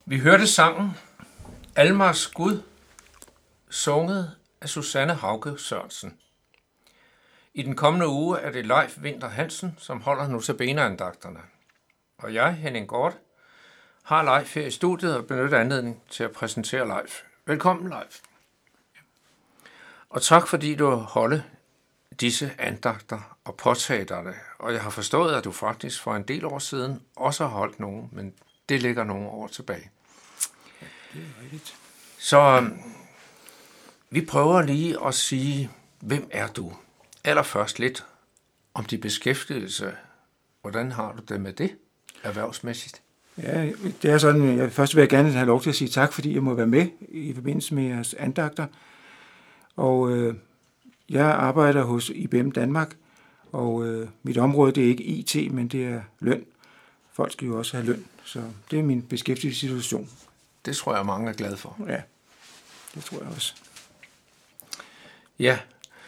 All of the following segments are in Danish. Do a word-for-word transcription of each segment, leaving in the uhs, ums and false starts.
Vi hørte sangen Almars Gud, sunget af Susanne Hauge Sørensen. I den kommende uge er det Leif Winther Hansen, som holder Notabene-andagterne. Og jeg, Henning Gård, har Leif her i studiet og benytter anledning til at præsentere Leif. Velkommen, Leif. Og tak fordi du holder disse andagter og påtager dig det. Og jeg har forstået, at du faktisk for en del år siden også har holdt nogen, men det ligger nogle år tilbage. Det er rigtigt. Så vi prøver lige at sige, hvem er du? Allerførst lidt om din beskæftigelse. Hvordan har du det med det erhvervsmæssigt? Ja, det er sådan, jeg først vil jeg gerne have lov til at sige tak, fordi jeg må være med i forbindelse med jeres andagter. Og øh, jeg arbejder hos I B M Danmark, og øh, mit område det er ikke I T, men det er løn. Folk skal jo også have løn, så det er min beskæftigelsessituation. Det tror jeg, mange er glade for. Ja, det tror jeg også. Ja.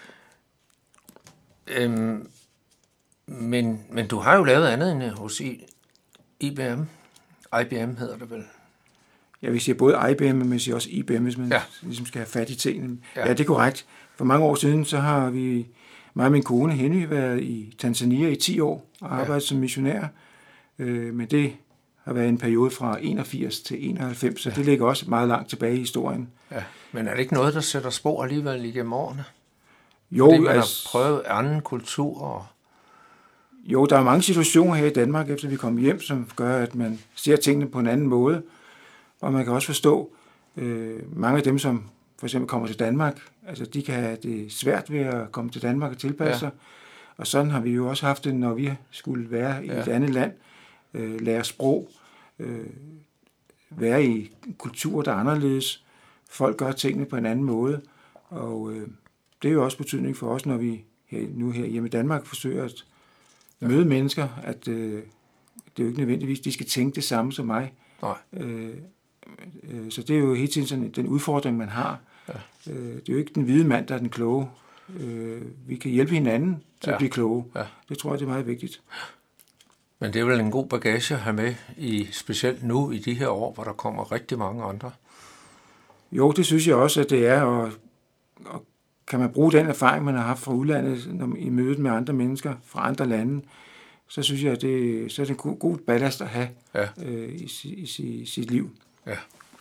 Øhm, men, men du har jo lavet andet end hos I, I B M. I B M hedder det vel? Ja, vi siger både I B M, men vi siger også I B M, hvis man ja. ligesom skal have fat i tingene. Ja. ja, det er korrekt. For mange år siden, så har vi, mig og min kone Henny, været i Tanzania i ti år og arbejdet ja. som missionær. Øh, men det har været en periode fra enogfirs til enoghalvfems, så ja. det ligger også meget langt tilbage i historien. Ja. Men er det ikke noget, der sætter spor alligevel igennem årene? Jo, fordi man altså, har prøvet anden kultur. Og... Jo, der er mange situationer her i Danmark, efter vi kom hjem, som gør, at man ser tingene på en anden måde. Og man kan også forstå, øh, mange af dem, som for eksempel kommer til Danmark, altså de kan have det svært ved at komme til Danmark og tilpasse sig. Ja. Og sådan har vi jo også haft det, når vi skulle være i ja. et andet land, øh, lære sprog, øh, være i en kultur, der er anderledes. Folk gør tingene på en anden måde, og øh, det er jo også betydning for os, når vi her, nu her hjemme i Danmark forsøger at møde mennesker, at øh, det er jo ikke nødvendigvis, de skal tænke det samme som mig. Nej. Øh, øh, så det er jo hele tiden sådan den udfordring, man har. Ja. Øh, det er jo ikke den hvide mand, der er den kloge. Øh, vi kan hjælpe hinanden til ja. at blive kloge. Ja. Det tror jeg, det er meget vigtigt. Men det er vel en god bagage at have med, i, specielt nu i de her år, hvor der kommer rigtig mange andre. Jo, det synes jeg også, at det er, og, og kan man bruge den erfaring, man har haft fra udlandet, når, i mødet med andre mennesker fra andre lande, så synes jeg, at det, så er det en god, god ballast at have ja. øh, i, i, i sit liv. Ja.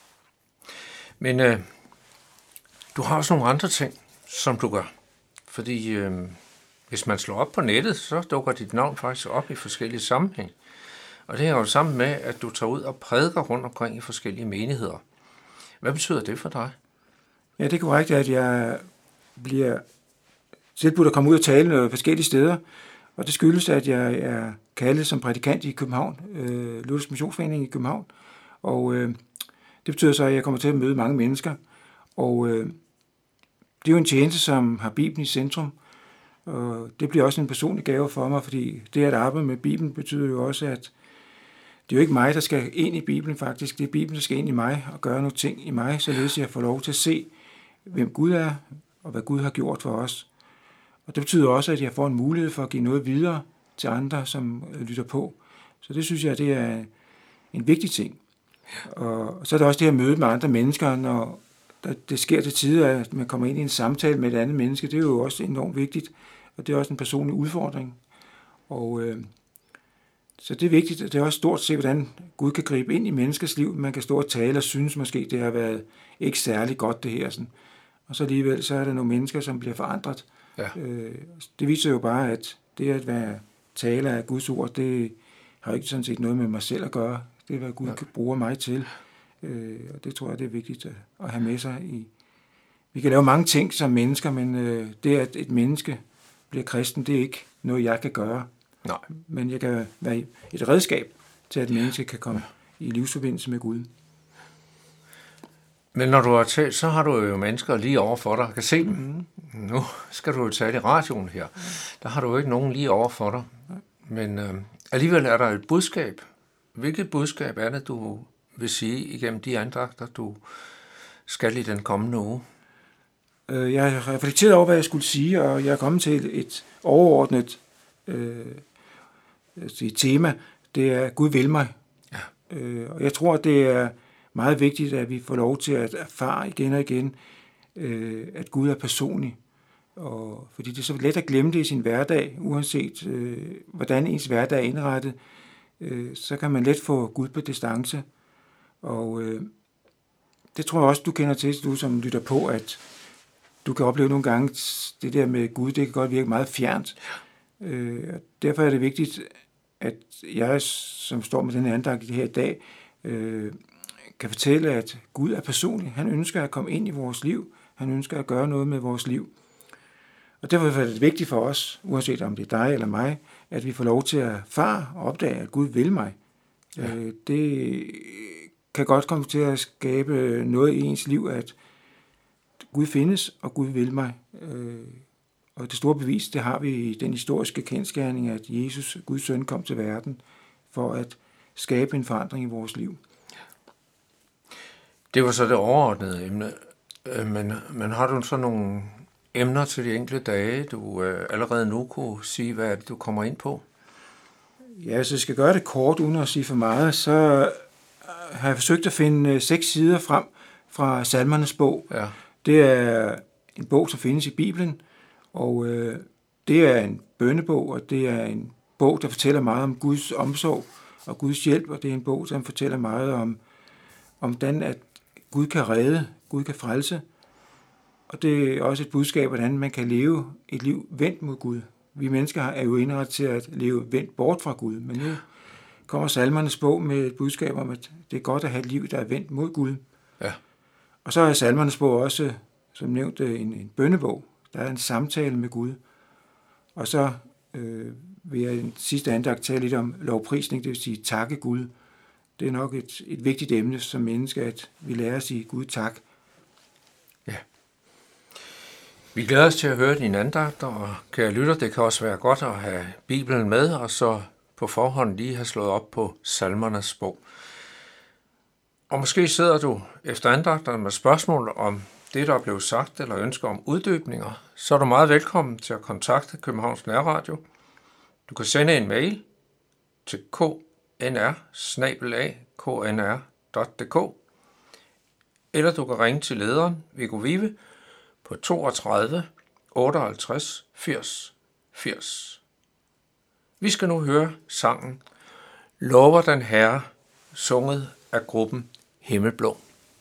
Men øh, du har også nogle andre ting, som du gør. Fordi øh, hvis man slår op på nettet, så dukker dit navn faktisk op i forskellige sammenhæng. Og det er jo sammen med, at du tager ud og prædiker rundt omkring i forskellige menigheder. Hvad betyder det for dig? Ja, det er korrekt, at jeg bliver tilbudt at komme ud og tale noget forskellige steder. Og det skyldes, at jeg er kaldet som prædikant i København, øh, Luthersk Missionsforening i København. Og øh, det betyder så, at jeg kommer til at møde mange mennesker. Og øh, det er jo en tjeneste, som har Bibelen i centrum. Og det bliver også en personlig gave for mig, fordi det at arbejde med Bibelen betyder jo også, at det er jo ikke mig, der skal ind i Bibelen faktisk. Det er Bibelen, der skal ind i mig og gøre nogle ting i mig, således jeg får lov til at se, hvem Gud er og hvad Gud har gjort for os. Og det betyder også, at jeg får en mulighed for at give noget videre til andre, som lytter på. Så det synes jeg, det er en vigtig ting. Og så er der også det her møde med andre mennesker, når det sker til tider, at man kommer ind i en samtale med et andet menneske. Det er jo også enormt vigtigt, og det er også en personlig udfordring. Og øh, så det er vigtigt, og det er også stort at se, hvordan Gud kan gribe ind i menneskers liv. Man kan stå og tale og synes måske, det har været ikke særlig godt det her. Sådan. Og så alligevel, så er der nogle mennesker, som bliver forandret. Ja. Øh, det viser jo bare, at det at være taler af Guds ord, det har ikke sådan set noget med mig selv at gøre. Det er, hvad Gud ja. bruger mig til. Øh, og det tror jeg, det er vigtigt at, at have med sig. I. Vi kan lave mange ting som mennesker, men øh, det at et menneske bliver kristen, det er ikke noget, jeg kan gøre. Nej. Men jeg kan være et redskab til, at et menneske kan komme ja. i livsforbindelse med Gud. Men når du har talt, så har du jo mennesker lige over for dig, kan se dem. Mm-hmm. Nu skal du jo tale i radioen her. Der har du jo ikke nogen lige over for dig. Men øh, alligevel er der et budskab. Hvilket budskab er det, du vil sige igennem de andagter, du skal i den kommende uge? Jeg har reflekteret over, hvad jeg skulle sige, og jeg er kommet til et overordnet øh, tema. Det er, Gud vil mig. Ja. Øh, og jeg tror, det er meget vigtigt, at vi får lov til at erfare igen og igen, øh, at Gud er personlig. Og fordi det er så let at glemme det i sin hverdag, uanset øh, hvordan ens hverdag er indrettet, øh, så kan man let få Gud på distance. Og øh, det tror jeg også, du kender til, du som lytter på, at du kan opleve nogle gange, det der med Gud, det kan godt virke meget fjernt. Øh, og derfor er det vigtigt, at jeg, som står med den andagt her i dag, øh, kan fortælle, at Gud er personlig. Han ønsker at komme ind i vores liv. Han ønsker at gøre noget med vores liv. Og derfor er det vigtigt for os, uanset om det er dig eller mig, at vi får lov til at erfare og opdage, at Gud vil mig. Ja. Øh, det kan godt komme til at skabe noget i ens liv, at Gud findes, og Gud vil mig. Øh, og det store bevis, det har vi i den historiske kendsgerning, at Jesus, Guds søn, kom til verden for at skabe en forandring i vores liv. Det var så det overordnede emne. Men, men har du så nogle emner til de enkelte dage, du øh, allerede nu kunne sige, hvad du kommer ind på? Ja, hvis jeg skal gøre det kort, uden at sige for meget, så har jeg forsøgt at finde seks sider frem fra Salmernes bog. Ja. Det er en bog, som findes i Bibelen, og øh, det er en bønnebog, og det er en bog, der fortæller meget om Guds omsorg og Guds hjælp, og det er en bog, som fortæller meget om, om hvordan at Gud kan redde, Gud kan frelse, og det er også et budskab, hvordan man kan leve et liv vendt mod Gud. Vi mennesker er jo indrettet til at leve vendt bort fra Gud, men nu kommer Salmernes bog med et budskab om, at det er godt at have et liv, der er vendt mod Gud. Ja. Og så er Salmernes bog også, som nævnt, en, en bønnebog. Der er en samtale med Gud. Og så øh, vil jeg i den sidste andagt tale lidt om lovprisning, det vil sige takke Gud. Det er nok et, et vigtigt emne som menneske, at vi lærer at sige Gud tak. Ja. Vi glæder os til at høre dine andagter, og kære lytter, det kan også være godt at have Bibelen med, og så på forhånd lige have slået op på Salmernes bog. Og måske sidder du efter andagterne med spørgsmål om det, der er blevet sagt, eller ønsker om uddybninger, så er du meget velkommen til at kontakte Københavns Nærradio. Du kan sende en mail til k n r bindestreg k n r punktum d k, eller du kan ringe til lederen Viggo Vive på toogtredive otteoghalvtreds firs firs. Vi skal nu høre sangen Lover den Herre, sunget af gruppen Himmelblå.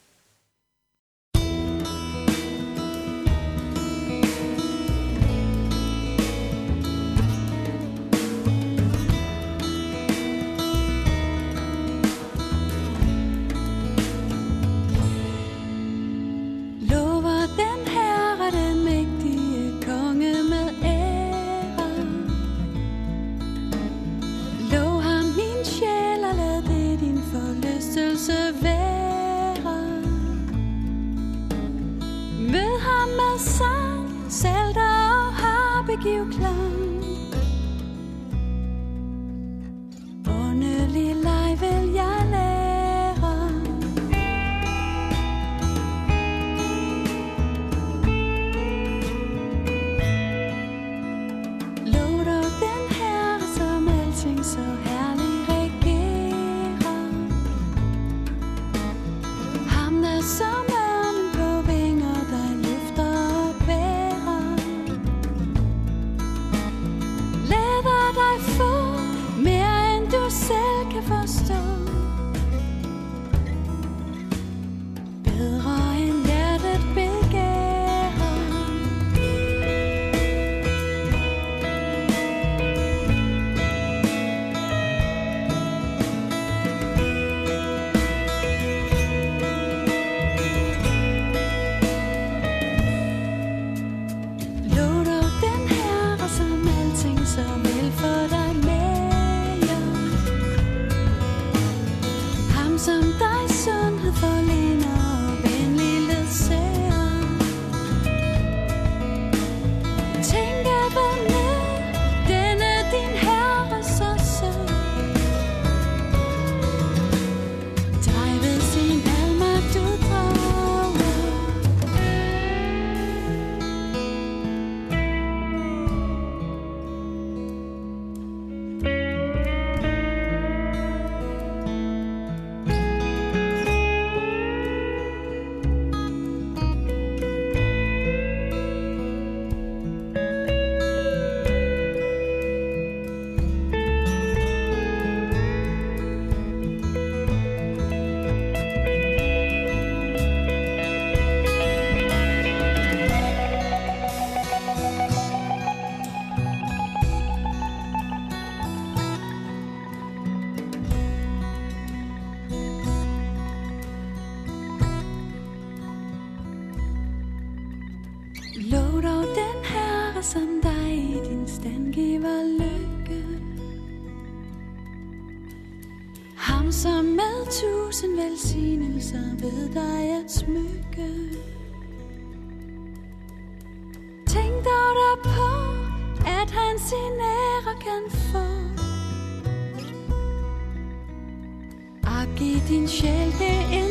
Giv klang. Åndelig leg vil jeg lære. Lov dog den Herre, som alting så herlig regerer. Ham der som ørnen på vinger, der løfter og bærer. den giver lykke. Ham som med tusind velsignelser ved dig at smykke. Tænk dog derpå, at han sin ære kan få. Og giv din sjæl det